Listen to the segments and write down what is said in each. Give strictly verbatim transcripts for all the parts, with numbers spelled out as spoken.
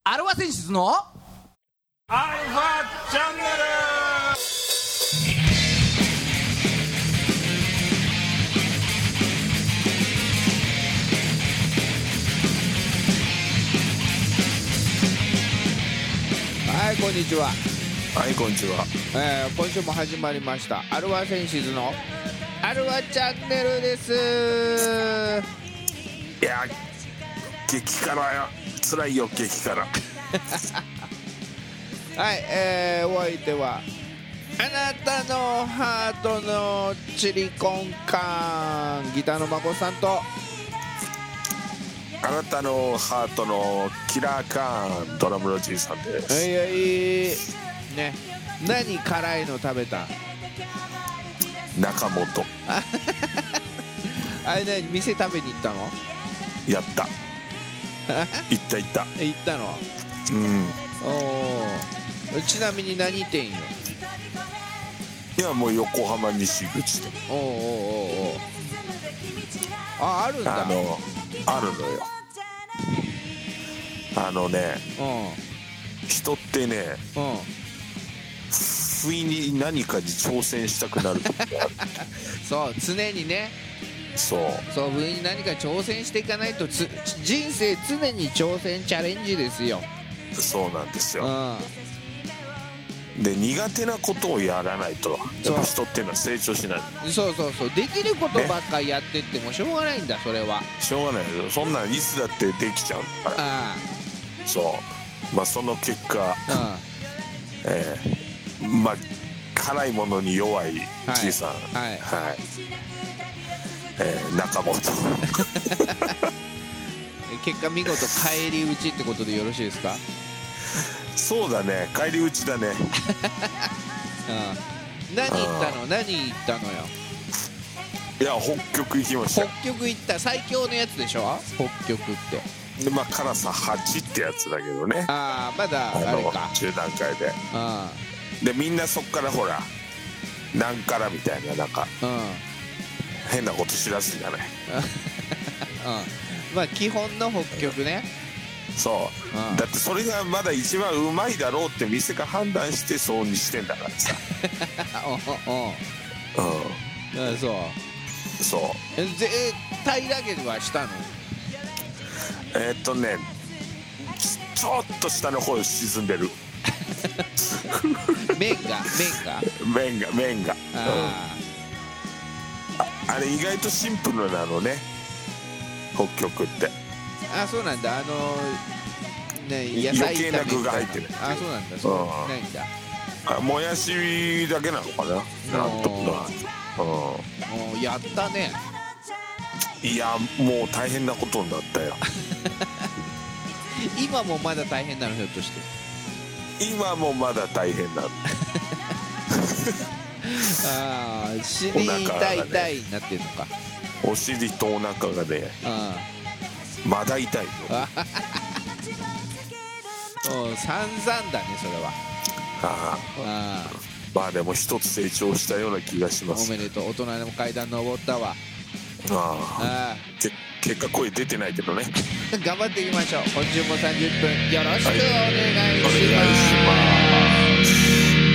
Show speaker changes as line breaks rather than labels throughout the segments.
アルファ選出の
アルファチャンネル。
はい、こんにちは。
はい、こんにちは。
えー、今週も始まりましたアルファセンシズのアルファチャンネルです。
いや激辛よ、辛いよ激辛。
はい、えー、お相手はあなたのハートのチリコンカーンギターのまこさんと、
あなたのハートのキラーカーンドラムのじいさんです。
はいはいね、何辛いの食べた？
中本
あれね、店食べに行ったの？
やった行った行った
行ったの？
うん
おー、ちなみに何店よ？
いやもう横浜西口で。
おーおーおーおー、あ、あるんだ。
あのあるのよ。あのね、
うん
人ってね
うん
不意に何かに挑戦したくなる時がある。
そう、常にね、
そう
そう、上に何か挑戦していかないとつ人生常に挑戦チャレンジですよ。
そうなんです
う
よ。
ん、
で苦手なことをやらないとやっぱ人っていうのは成長しない。
そうそうそう、できることばっかやってってもしょうがないんだ、それは。
しょうがないよ、そんなんいつだってできちゃうから。
あ
そうまあその結果、
あ、
えー、まあ辛いものに弱いじいさん、
はいはい
はい、えー、中本
結果見事返り討ちってことでよろしいですか？
そうだね、返り討ちだね。
うん、何言ったの？何言ったのよ？
いや北極行きましたよ。
北極行った、最強のやつでしょ北極って。
でまあ辛さはちってやつだけどね、
ああ、まだ
あの
あれか。
中段階で。
あ
でみんなそっからほら何辛みたいななんか
あ、うんうん
変なことしだすじゃない。
まあ基本の北極ね。
そう
うん
だってそれがまだ一番うまいだろうって店が判断してそうにしてんだからさ。
おおお、
う
あ、そ
んそう
う、絶対だけはしたの？
えー、っとねちょっと下の方沈んでる。
麺が麺が
麺が麺が、
あ
うん、あれ意外とシンプルなのね北極って。
あ、あ、そうなんだ。あのね、野菜
余計な具が入ってる。
あ、そうなんだ。そうないんだ。
あもやしだけなのかな、なんとか、う
もうやったね。
ん、いやもう大変なことになったよ。
今もまだ大変なの？ひょっとして。
今もまだ大変なの。
ああ、尻痛い痛いになってるのか。
お尻とお腹がね
あ
まだ痛いよ。
あ、うん、散々だねそれは。
あ
あ
あまあでも一つ成長したような気がしま
あ、お
す。
めでとう。大人の階段登ったわ。
あ
あ
あけ結果声出てないけどね。
あ、頑張っていきましょう。今週もさんじゅっぷんよろしくお願いします。
お願いします。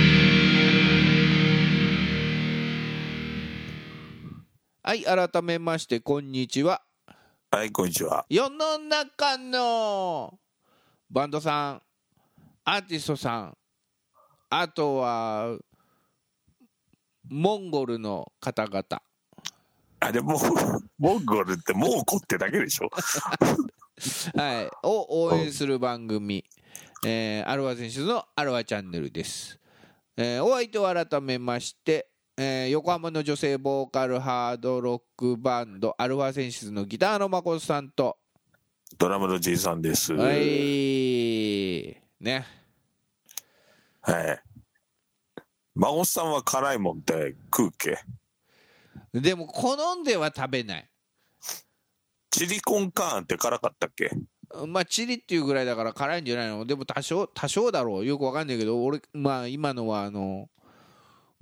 はい、改めましてこんにちは。
はいこんにちは。
世の中のバンドさん、アーティストさん、あとはモンゴルの方々、
あれもうモンゴルってモーコってだけでしょ。
はい、を応援する番組、えー、アルファ選手のアルファチャンネルです。えー、お相手を改めまして、えー、横浜の女性ボーカルハードロックバンドアルファセンシズのギターの誠さんと、
ドラムのじいさんです。
はいね。
はい。孫さんは辛いもんって食うっけ？
でも好んでは食べない。
チリコンカーンって辛かったっけ？
まあチリっていうぐらいだから辛いんじゃないの？でも多少多少だろう、よくわかんないけど、俺まあ今のはあの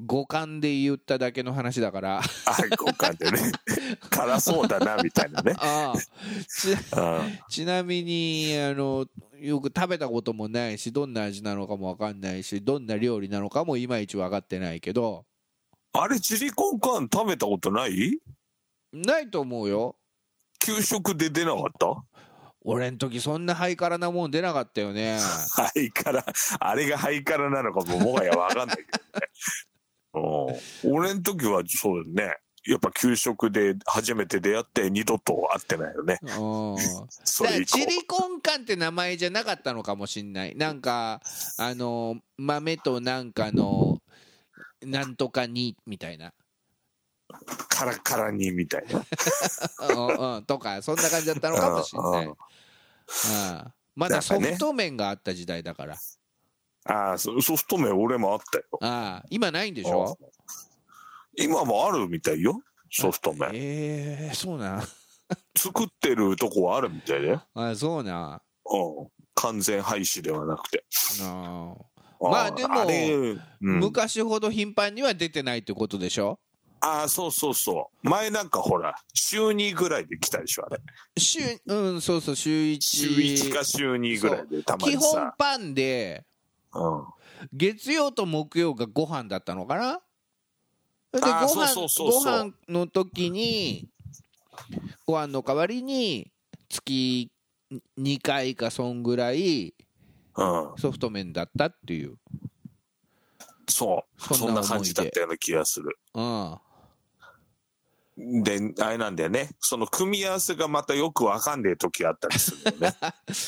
五感で言っただけの話だから
あ、五感でね辛そうだなみたいなね
ああ ち,
あ
ちなみにあのよく食べたこともないし、どんな味なのかも分かんないし、どんな料理なのかもいまいち分かってないけど。
あれチリコンカン食べたことない？
ないと思うよ。
給食で出なかった？
俺ん時そんなハイカラなもん出なかったよね。
ハイカラ、あれがハイカラなのかももはや分かんないけどねうん俺ん時はそうだよね。やっぱ給食で初めて出会って二度と会ってないよね。それ以降
チリコンカンって名前じゃなかったのかもしんない。なんかあの豆となんかのなんとかにみたいな
カラカラにみたいな
うん、うん、とかそんな感じだったのかもしんない。ああまだソフト麺があった時代だから。
ああ、ソフト麺俺もあったよ。
ああ今ないんでしょ？
今もあるみたいよ、ソフト麺。
ええー、そうなん
作ってるとこはあるみたいだよ。
ああそうなん。
うん、完全廃止ではなくて。
ああまあでも、うん、昔ほど頻繁には出てないってことでしょ？
ああそうそうそう。前なんかほら週にぐらいで来たでしょあれ。
週うんそうそう週いち。
週いちか週にぐらいでたまにさ。
基本パンで、
うん、
月曜と木曜がご飯だったのかな。でご飯
そうそうそうそう
ご飯の時にご飯の代わりに月にかいかそんぐらいソフト麺だったっていう、
うん、そうそんな感じだったような気がする。
うん
であれなんだよね、その組み合わせがまたよくわかんねえ時あったりするよね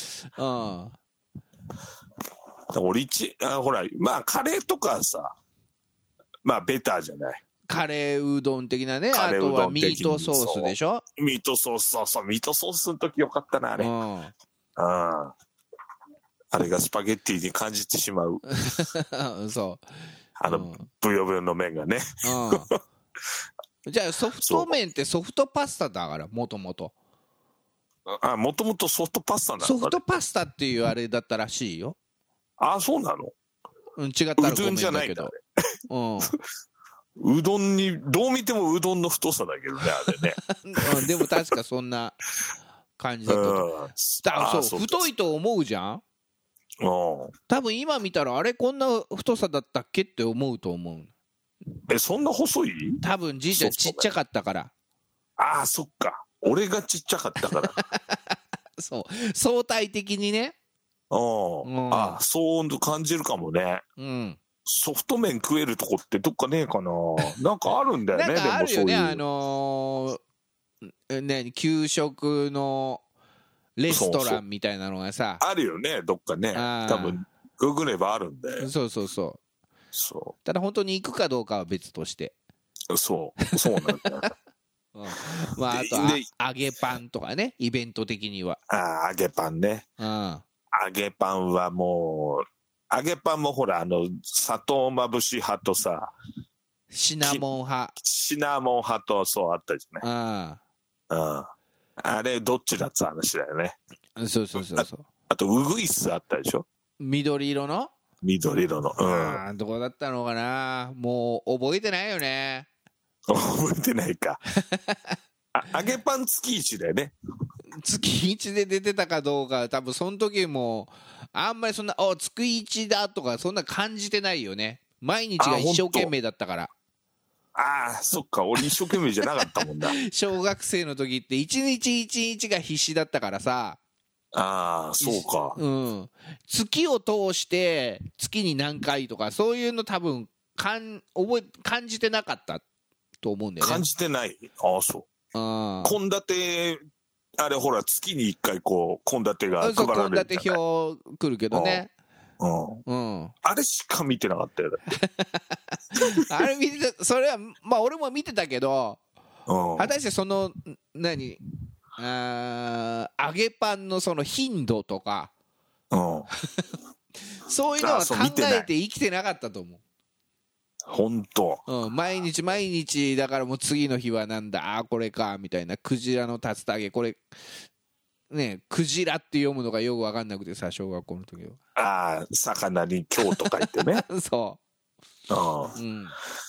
うん俺一あほらまあカレーとかさまあベターじゃない、カ
レーうどん的なね。あとはミートソースでしょ。
ミートソース、そうそうミートソースの時よかったなあれ、うん、ああれがスパゲッティに感じてしまう
そう
あの、うん、ブヨブヨの麺がね、
うん、じゃあソフト麺ってソフトパスタだからもともと
あもともとソフトパスタなの。
ソフトパスタっていうあれだったらしいよ。
あそうなの。
うん、違ったらごめんだけど。うどんじゃないんだね
うんうどんにどう見てもうどんの太さだけどねあれね、
うん、でも確かそんな感じだったと、うん、だそう太いと思うじゃん。多分今見たらあれこんな太さだったっけって思うと思う。
えそんな細い？
多分じいちゃんちっちゃかったから。
ああそっか俺がちっちゃかったから
そう相対的にね。
うん、あそう感じるかもね。うんソフト麺食えるとこってどっかねえかな。なんかあるんだよね。
なんかあるよね。あのー、ね給食のレストランみたいなのがさ
あるよねどっかね。多分ググればあるんだよ。
そうそうそう
そう
ただ本当に行くかどうかは別として。
そうそうなんだ
うん、まああとは揚げパンとかねイベント的には。
あ揚げパンね、うん、揚げパンはもう揚げパンもほらあの砂糖まぶし派とさ
シナモン派
シナモン派とそうあったじゃない。うん、あれどっちだっつ話だよね。
そうそうそうそう
あ, あとウグイスあったでしょ。
緑色の
緑色の、うん、
あどこだったのかなもう覚えてないよね。
覚えてないかあ揚げパン月一だよね。
月一で出てたかどうか多分その時もあんまりそんな「お月一だ」とかそんな感じてないよね。毎日が一生懸命だったから。
ああそっか俺一生懸命じゃなかったもんだ
小学生の時って一日一日が必死だったからさ。
ああそうか、
うん、月を通して月に何回とかそういうの多分かん覚え感じてなかったと思うんだよね。
感じてない。ああそう献立あれほら月にいっかいこう献立が配られるじゃない。
献立表来るけどね。
うんうん、あれしか見てなかったよ
あれ見てた。それはまあ俺も見てたけど、うん、果たしてその何あ揚げパンのその頻度とか、うん、そういうのは考えて生きてなかったと思う。
本当、
うん、毎日毎日だからもう次の日はなんだあこれかみたいなクジラの竜田揚げこれねクジラって読むのがよく分かんなくてさ小学校の時は。
ああ魚に今日とか言ってね
そう、うん、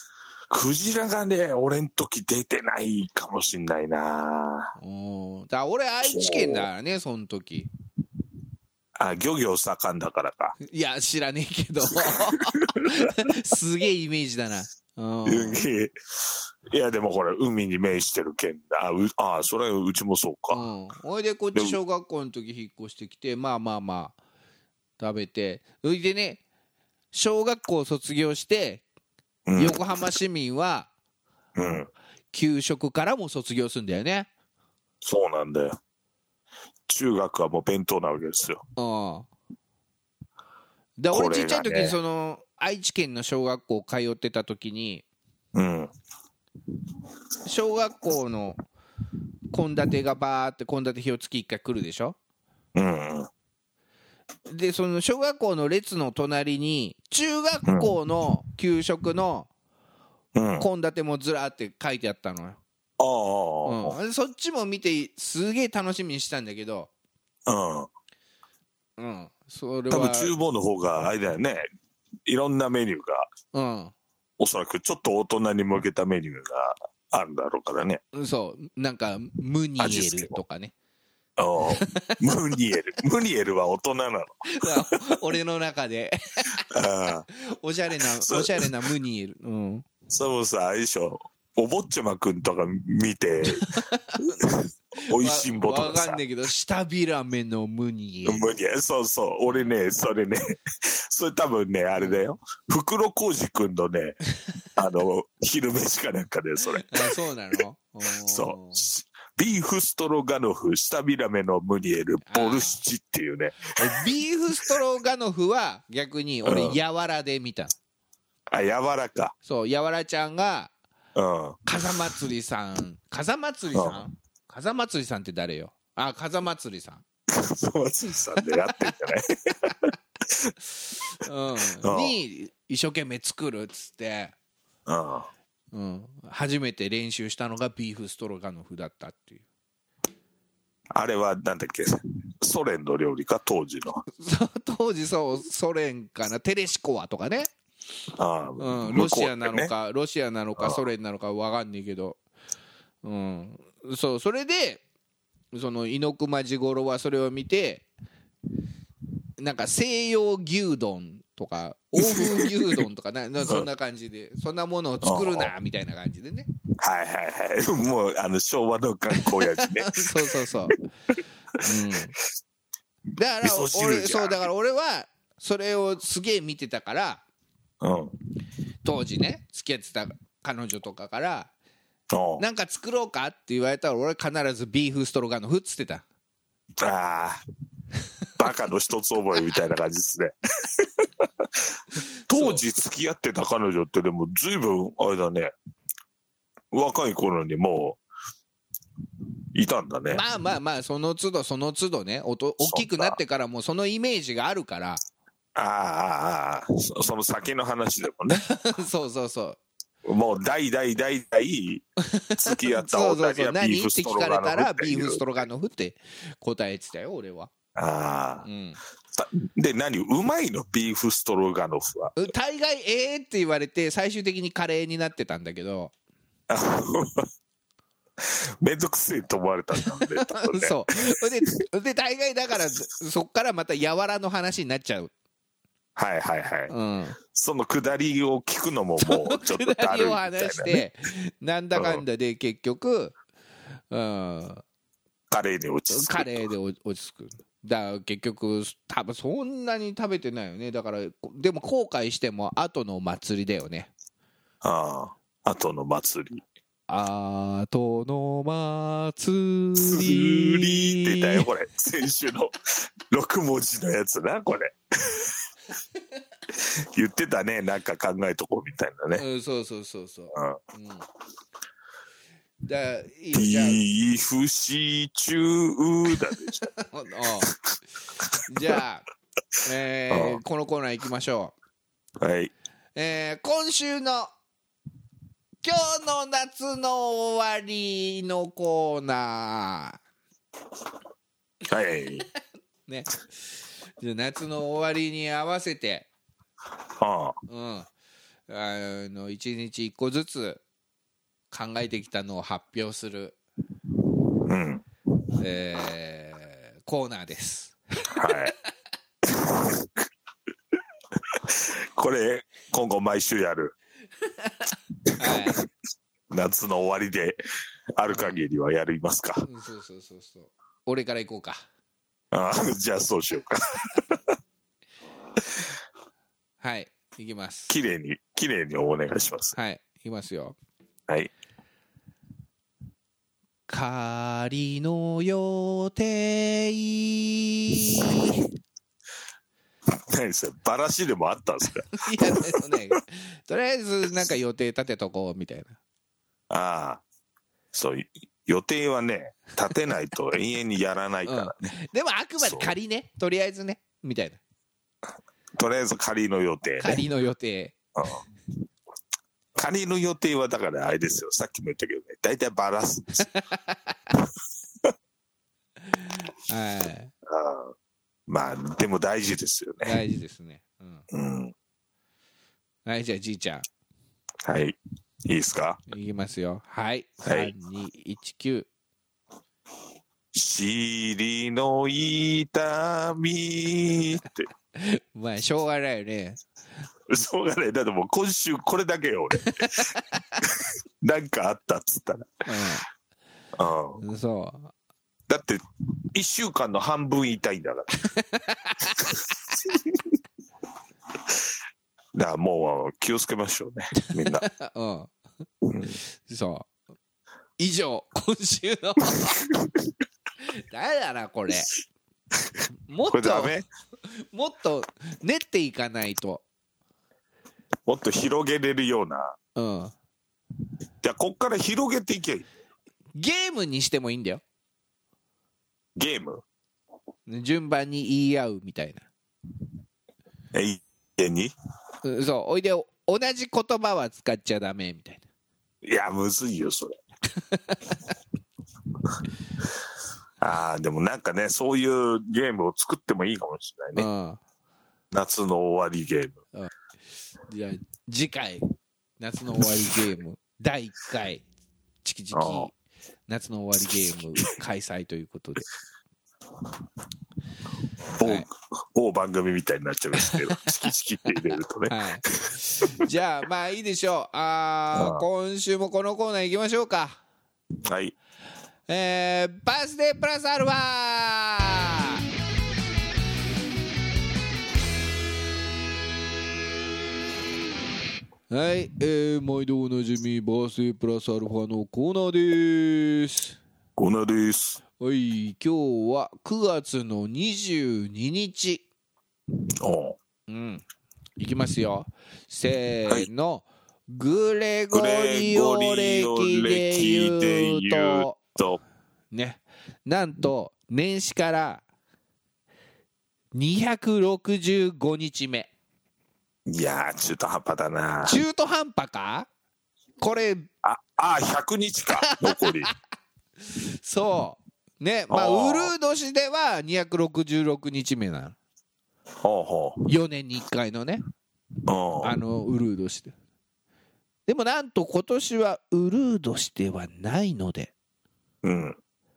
クジラがね、俺ん時出てないかもしんないな。
うんだから俺愛知県だからね、その時。
あ、漁業盛んだからか。
いや知らねえけどすげえイメージだな。うん、
いやでもほら海に面してる県だ。あ、うあそれうちもそうか。
うん、ほいでこっち小学校の時引っ越してきて、まあまあまあ食べて、それでね小学校卒業して、うん、横浜市民は、うん、給食からも卒業するんだよね。
そうなんだよ。中学はもう弁当なわけですよ。
うんで俺ちっちゃい時にその愛知県の小学校通ってた時に、うん、小学校の献立がバーって献立表月いっかい来るでしょ、うん、でその小学校の列の隣に中学校の給食の献立もずらって書いてあったのよ、うんうん、そっちも見てすげえ楽しみにしたんだけど、うんうん、それは多
分厨房の方があれだよね、いろんなメニューが、うん、おそらくちょっと大人に向けたメニューがあるんだろうからね。
そうなんかムニエルとかね。
おムニエルムニエルは大人なの
俺の中であおしゃれなおしゃれなムニエル、うん、
そうさ、あれでしょ、お坊ちゃまくんとか見ておいしんぼとかさ、
わかんないけど舌ビラメのムニエル、
ムニエル、そうそう、俺ねそれねそれ多分ねあれだよ、袋小路くんのねあの昼飯かなんかでそれ
あそうなの
そうビーフストロガノフ舌ビラメのムニエルボルシチっていうね。
ビーフストロガノフは逆に俺やわらで見た、うん、
あやわらか、
そうやわらちゃんが、うん、風祭りさん風祭りさん、うん、風祭りさんって誰よ、あ風祭りさん
風祭りさんでやってんじゃない
うん、に一生懸命作るっつって、うんうん、初めて練習したのがビーフストロガノフだったっていう。
あれはなんだっけ、ソ連の料理か当時の
当時そうソ連かな、テレシコワとかね、あ、うん、ロシアなのか、ね、ロシアなのかソ連なのか分かんないけど、うん、そうそれでその猪熊治五郎はそれを見てなんか西洋牛丼とか欧風牛丼とかなそんな感じでそんなものを作るなみたいな感じでね、
はいはいはい、もうあの昭和の学校やしね
そうそうそう、うん、だから俺そうだから俺はそれをすげえ見てたから、うん、当時ね付き合ってた彼女とかからなんか作ろうかって言われたら俺必ずビーフストロガノフっつってた。
ああバカの一つ覚えみたいな感じですね当時付き合ってた彼女ってでも随分あれだね、若い頃にもういたんだね。
まあまあまあその都度その都度ねおと大きくなってからもそのイメージがあるから、
ああああそ, その先の話でもね
そうそうそう
もう代々代々付き合った女にはビーフストロガノフっていう。何って聞かれたらビーフストロガノフって答えてたよ俺は。ああ、うん、で何うまいのビーフストロガノフは。
大概ええって言われて最終的にカレーになってたんだけど
めんどくせえと思われたんだもんねね
そうでで大概だからそっからまたやわらの話になっちゃう。
はいはいはい、うん、そのくだりを聞くのももうちょっとだるいみたいな、ね、くだりを話して
なんだかんだで結局、うん、
カレーで落ち着く
カレーで落ち着く。だから結局多分そんなに食べてないよね。だからでも後悔しても後の祭りだよね。
ああ後の祭り
後の祭
りって言ったよこれ先週のろく文字のやつなこれ言ってたね、なんか考えとこうみたいなね、
うん、そうそうそうそう、うんうん、だいい
ビーフシチューだでしょ
じゃあ、えー、このコーナー行きましょ
う。はい、
えー、今週の今日の夏の終わりのコーナ
ーはい
ね、じゃ夏の終わりに合わせて、ああ、うんあのいちにちいっこずつ考えてきたのを発表する、
うん、
えー、コーナーです。
はいこれ今後毎週やる、はい、夏の終わりである限りはやりますか、
うん、そうそうそうそう、俺から行こうか。
あじゃあそうしようか
はい、行きます。
きれいにきれいにお願いします。
はい、行きますよ。
はい。
仮の予定
何それ、バラシでもあったんですか
いや、でもね、とりあえずなんか予定立てとこうみたいな。
ああ、そう予定はね立てないと永遠にやらないからね、
うん、でもあくまで仮ね、とりあえずねみたいな。
とりあえず仮の予定、ね、
仮の予定、
うん、仮の予定はだからあれですよ、さっきも言ったけどね、大体バラすんです
はい、
あまあでも大事ですよね。
大事ですね、うん、
うん、
はい、じゃあじいちゃん、
はい、いいですか。
いきますよ。はい、
はい、
さんにいちきゅう。
尻の痛みって
まあしょうがないよね。
しょうがない、だってもう今週これだけよ俺なんかあったっつったら、
うん、うん、そう
だっていっしゅうかんの半分痛いんだからだからもう気をつけましょうねみんな、
うんうん、そう以上今週の誰だなこれ、もっともっと練っていかないと、
もっと広げれるような、うん、じゃあこっから広げていけばいい。
ゲームにしてもいいんだよ。
ゲーム
順番に言い合うみたいな。
えいえに、
うん、そうおいで同じ言葉は使っちゃダメみたいな。
いやむずいよそれああでもなんかねそういうゲームを作ってもいいかもしれないね、うん、夏の終わりゲーム、うん、
じゃあ次回夏の終わりゲームだいいっかいチキチキ夏の終わりゲーム開催ということで
某、はい、某番組みたいになっちゃうんですけどチキチキって入れるとね、はい、
じゃあまあいいでしょう。ああ今週もこのコーナー行きましょうか。
はい、
えー、バースデープラスアルファ。はい、えー、毎度おなじみバースデープラスアルファのコーナーです。
コーナーです。
はい、今日はくがつのにじゅうににち。
お
うん、いきますよ。せーの、はい、グレゴリオ歴で言うと、とね、なんと年始からにひゃくろくじゅうごにちめ。
いやー中途半端だな。
中途半端かこれ。
ああひゃくにちか残り
そうね、まあウルー年ではにひゃくろくじゅうろくにちめなの。
ほうほう
よねんにいっかいのね、あのウルー年で。でもなんと今年はウルー年ではないので、
うん、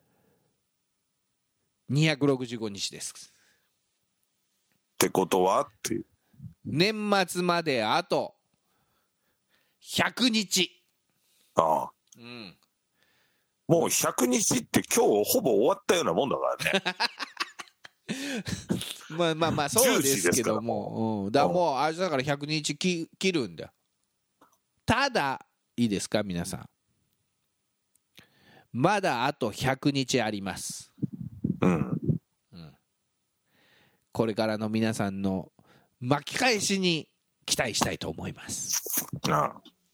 にひゃくろくじゅうごにちです。
ってことはっていう、
年末まであとひゃくにち。
ああ、うん、もうひゃくにちって今日ほぼ終わったようなもんだからね
まあまあまあそうですけども、うん、だからもうあれだからひゃくにちき切るんだよ。ただいいですか皆さん、まだあとひゃくにちあります、
うん
うん、これからの皆さんの巻き返しに期待したいと思います。
あ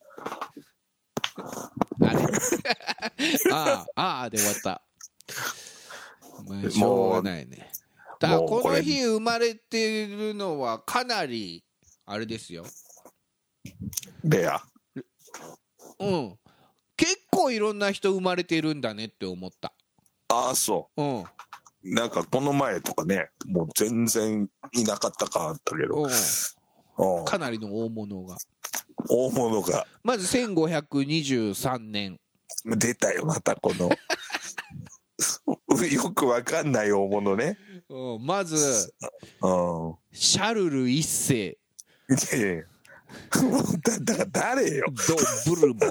あれああああで終わった、まあ、しょうがないね。だからこの日生まれてるのはかなりあれですよ、
レア。
うん、結構いろんな人生まれてるんだねって思った。
ああそう、うん、なんかこの前とかねもう全然いなかったかあったけど、
うん、かなりの大物が、
大物が。
まずせんごひゃくにじゅうさんねん。
出たよ、またこの。よくわかんない大物ね。
うん、まず、
うん。
シャルル一世。
いやいやいやだだから誰よ。
ドブルボン。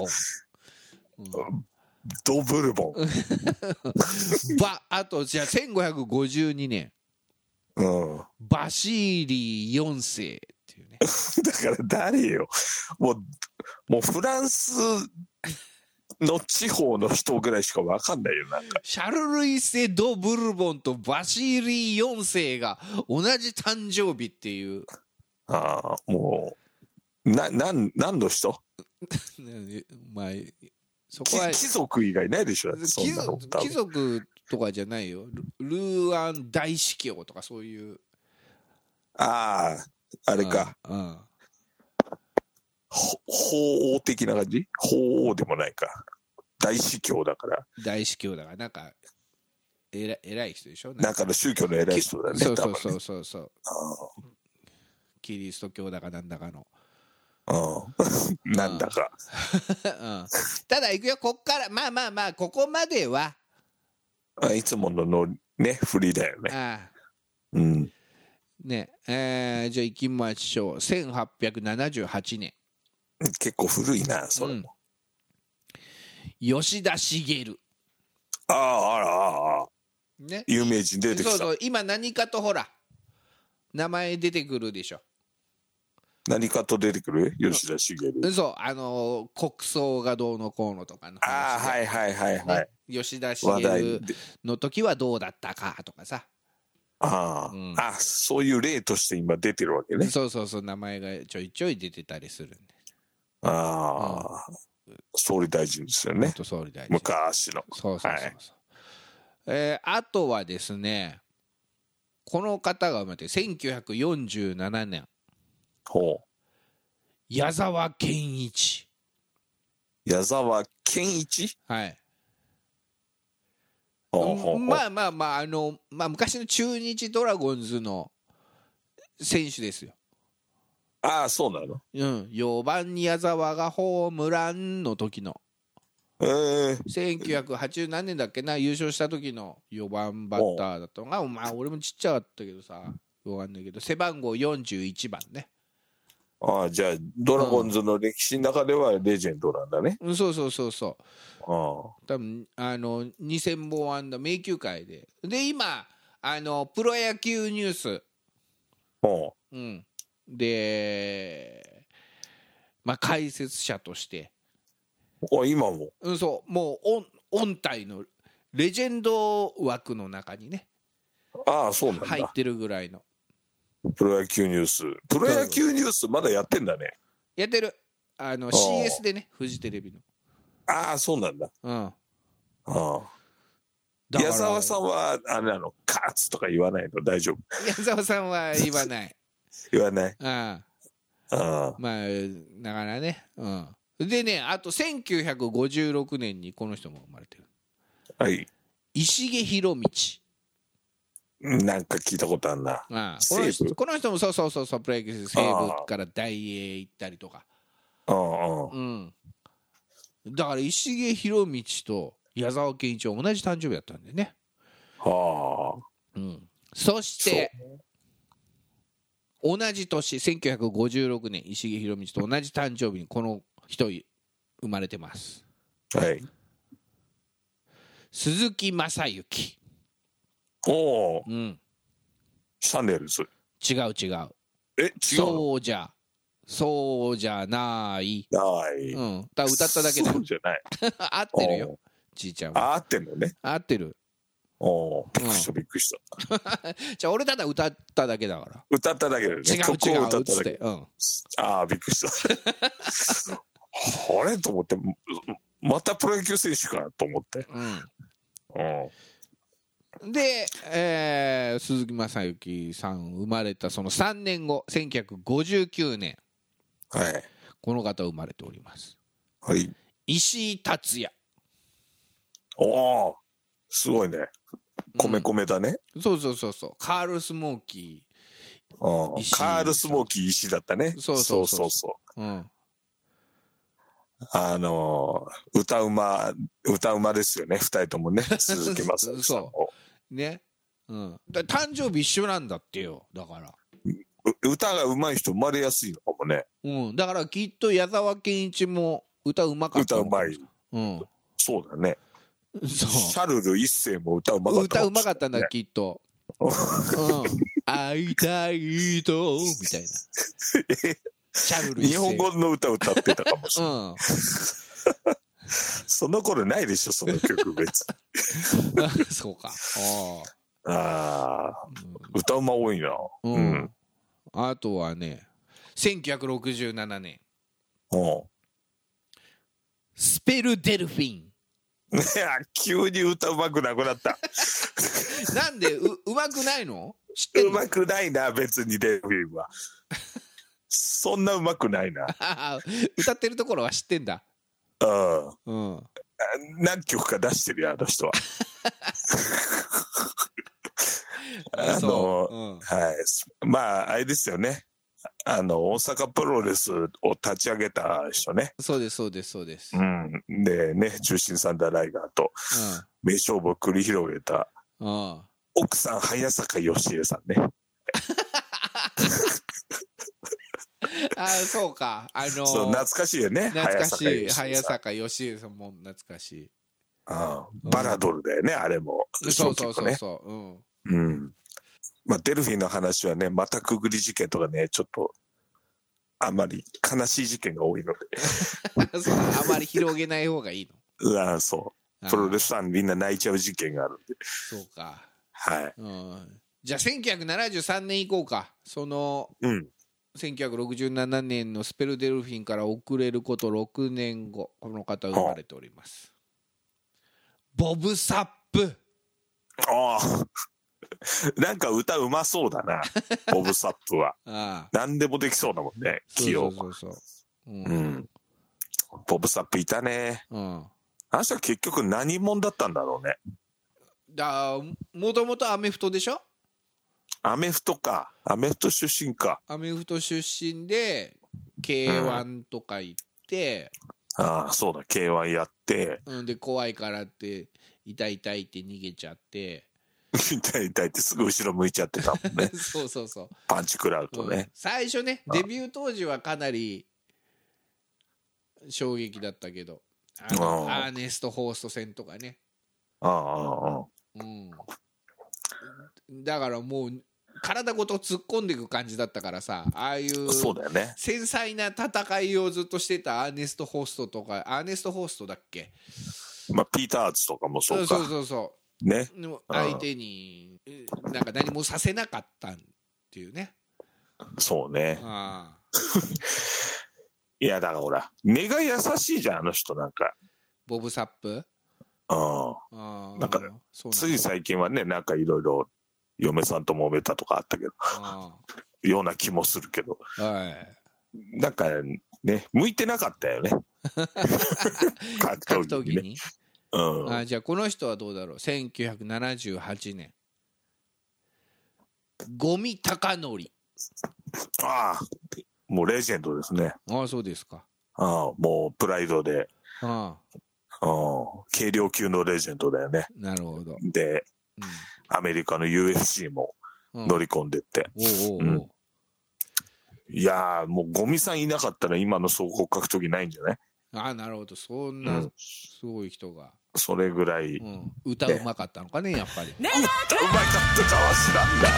ドブルボン。
ば、あと、じゃあせんごひゃくごじゅうにねん。
うん。
バシーリーよんせいっていうね。
だから誰よ。もう、もうフランスの地方の人ぐらいしかわかんないよ、なんか。
シャルル一世、ドブルボンとバシーリーよんせいが同じ誕生日っていう。
ああ、もう、な、なん、何の人
まあ、そこは
貴族以外ないでしょ、そ
貴
んなの
族貴族とかじゃないよ。ルルーアン大司教とかそういう。
ああ、あれか。
うんうん、
法王的な感じ？法王でもないか。大司教だから。
大司教だから、なんか、えら偉い人でしょ。
なんかの宗教の偉い人だね。
そうそうそうそうそう。
ね、
キリスト教だかなんだかの。
うん、なんだか、
うん、ただ行くよ、こっからまあまあまあここまでは
あいつもののね振りだよね。
ああ、
うん
ねえー、じゃあ行きましょう。せんはっぴゃくななじゅうはちねん。
結構古いなそれも、
うん、吉田茂。
あああらああ、
ね、
有名人出てきた。
そうそう、今何かとほら名前出てくるでしょ。
何かと出てくる吉田茂。
そう、あのー、国葬がどうのこうのとかの話。
ああはいはいはいはい、
ね、吉田茂の時はどうだったかとかさ。
ああ、うん、あそういう例として今出てるわけね。
そうそうそう、名前がちょいちょい出てたりするんで。
ああ、うん、総理大臣ですよね。
元総理大臣
昔の。
そうそうそうそう、はい、えー、あとはですね、この方が生まれてせんきゅうひゃくよんじゅうななねん。
ほう、
矢沢健一。
矢沢健一、
はい。
ほうほうほう、
まあまあまあ、あの、まあ、昔の中日ドラゴンズの選手ですよ。
ああそうなの。
うん、よんばんに矢沢がホームランの時の、
えー、
せんきゅうひゃくはちじゅう何年だっけな、優勝した時のよんばんバッターだったのが、まあ俺もちっちゃかったけどさ、わかんないけど背番号よんじゅういちばんね。
ああ、じゃあドラゴンズの歴史の中ではレジェンドなんだね。
うん、そうそうそうそう。
ああ、
多分あのにせんぼん安打名球会で、で今あのプロ野球ニュース、うん、で、まあ、解説者として、
あ今も、
うん、そう、もう御体のレジェンド枠の中にね、
ああそうなんだ、
入ってるぐらいの。
プロ野球ニュース、プロ野球ニュースまだやってんだね。
やってる、あの シーエス でね、フジテレビの。
ああそうなんだ。
うん、あ
あ、矢沢さんはあれなの、カーツとか言わないの？大丈夫？
矢沢さんは言わない
言わない。
あ
ああ、
まあだからね、うん、でね、あとせんきゅうひゃくごじゅうろくねんにこの人も生まれてる。
はい、
石毛博道。
なんか聞いたことあるな。
ああ、この人、この人もそうそうそうそう、プロ野球西武から大英行ったりとか。
ああ、
うん、だから石毛博道と矢沢健一は同じ誕生日だったんでね。
はあ、
うん、そして同じ年せんきゅうひゃくごじゅうろくねん、石毛博道と同じ誕生日にこの人生まれてます。
はい、
鈴木雅之。
おお、
うん、
シャネルズ。
違う違う。
え、違うの？
そうじゃそうじゃない。
ない。
うん、だ歌っただけだよ。
そうじゃない。
合ってるよ、ちいちゃんは。
あ、合ってんのね。
合ってる。
おお、びっくりしたびっくりした。
じゃあ俺ただ歌っただけだから。
歌っただけだよね。
違う違うっつって。うん。
ああ、びっくりした。あれと思って、またプロ野球選手かと思って。
うん。
うん
で、えー、鈴木雅之さん生まれたそのさんねんご、せんきゅうひゃくごじゅうきゅうね
ん、はい、
この方生まれております。
はい、
石井達也。
おお、すごいね。米米だね、
うん、そうそうそうそう、カールスモーキ
ー。カールスモーキー石だったね。
そうそうそう
そうそうそう、
うん、
あのー、歌うま歌うまですよね、二人ともね、鈴木雅之さんも
そうね、うん、だ誕生日一緒なんだってよ。だから
歌が上手い人生まれやすいのかもね。
うん、だからきっと矢沢健一も歌うまかった
歌うまい、
うん、
そうだね。
そう
シャルル一世も歌うまかった、
歌うまかったんだ、ね、きっと、うん、会いたいとみたいなシャルル一世
日本語の歌歌ってたかもしれない、うん、その頃ないでしょ、その曲別
にそうか、
ああ、うん、歌うま多いな、
うんうん、あとはねせんきゅうひゃくろくじゅうななねん、うん、スペルデルフィン。
いや急に歌うまくなくなった
なんで う, うまくないの？知ってんの？
うまくないな別にデルフィンはそんなうまくないな
歌ってるところは知ってんだ。
うん、
うん、
何曲か出してるよあの人はあの、うん、はい、まああれですよね、あの大阪プロレスを立ち上げた人ね。
そうですそうですそうです、
うん、でね中心サンダーライガーと名勝負を繰り広げた、うん、奥さん早坂義恵さんね
あそうか、あのー、
そう懐かしいよね、
懐かしい早坂義恵さんも懐かしい。
ああバラドルだよね、うん、あれも、
ね、そうそうそうそう、うん、
うん、まあデルフィンの話はねまたくぐり事件とかねちょっとあんまり悲しい事件が多いので
そうあまり広げない方がいい
のああそうプロレスファンみんな泣いちゃう事件があるんで。
そうか、
はい、
うん、じゃあせんきゅうひゃくななじゅうさんねん以降か、その、うん、せんきゅうひゃくろくじゅうななねんのスペルデルフィンから遅れることろくねんご、この方生まれております。ボブ・サップ。
ああなんか歌うまそうだなボブ・サップは。ああ何でもできそうだもんね、器用。そうそうそうそう、うんうん、ボブ・サップいたね、うん、あの人は結局何者だったんだろうね。
だもともとアメフトでしょ。
アメフトか、アメフト出身か。
アメフト出身で ケーワン とか行って、
うん、ああそうだ ケーワン やって、
うん、で怖いからって痛い痛いって逃げちゃって
痛い痛いってすぐ後ろ向いちゃってたもんね
そうそうそう、
パンチ食らうとね、うん、
最初ねデビュー当時はかなり衝撃だったけど、あのアーネスト・ホースト戦とかね、ああ、うん、だからもう体ごと突っ込んでいく感じだったからさ、ああいう繊細な戦いをずっとしてたアーネスト・ホーストとか、アーネスト・ホーストだっけ、
まあピーター・アーツとかもそうか、
そうそうそう
ね、
相手になんか何もさせなかったっていうね。
そうね、あいやだからほら根が優しいじゃんあの人。なんか
ボブ・サップ、
ああなんかつい最近はねなんかいろいろ嫁さんと揉めたとかあったけどような気もするけど、はい、なんかね向いてなかったよね格闘技にね。うん、
あじゃあこの人はどうだろう。せんきゅうひゃくななじゅうはちねん五味隆典。
ああもうレジェンドですね。
ああそうですか。
ああもうプライドで、ああ軽量級のレジェンドだよね。
なるほど。
で、うん、アメリカの ユーエフシー も乗り込んでって、うんおうおうおう、うん、いやーもうゴミさんいなかったら今の総合格闘技ないんじゃない。
ああなるほど、そんなすごい人が、うん、
それぐらい、
うん、歌うまかったのかねやっぱり。
歌うまかったかは知らんだ。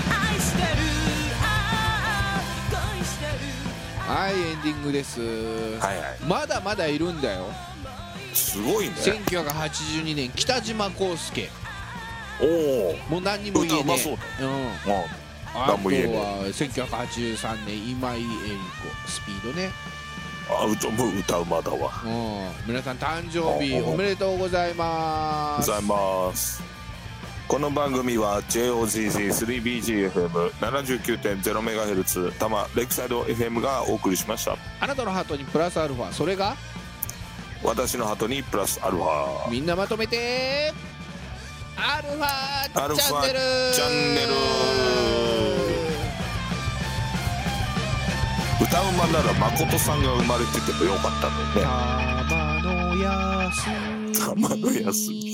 はいエンディングです、はいはい、まだまだいるんだよ。
すごいね。
せんきゅうひゃくはちじゅうにねん北島康介。
おお
もう何にも言えねえ。
歌うまそうだ、うん、
あとはせんきゅうひゃくはちじゅうさんねん今井絵理子スピードね。
あ歌もう歌うまだわ、
うん、皆さん誕生日おめでとうございます。
ございます。この番組は ジェイオージージースリービージーエフエムななじゅうきゅうてんゼロメガヘルツ 多摩レイクサイド エフエム がお送りしました。
あなたのハートにプラスアルファ、それが
私のハートにプラスアルファ。
みんなまとめてアルファ
アルファ
チャンネル
チャンネル歌うまなら誠さんが生まれててもよかったのにね。
玉の休み
玉の休み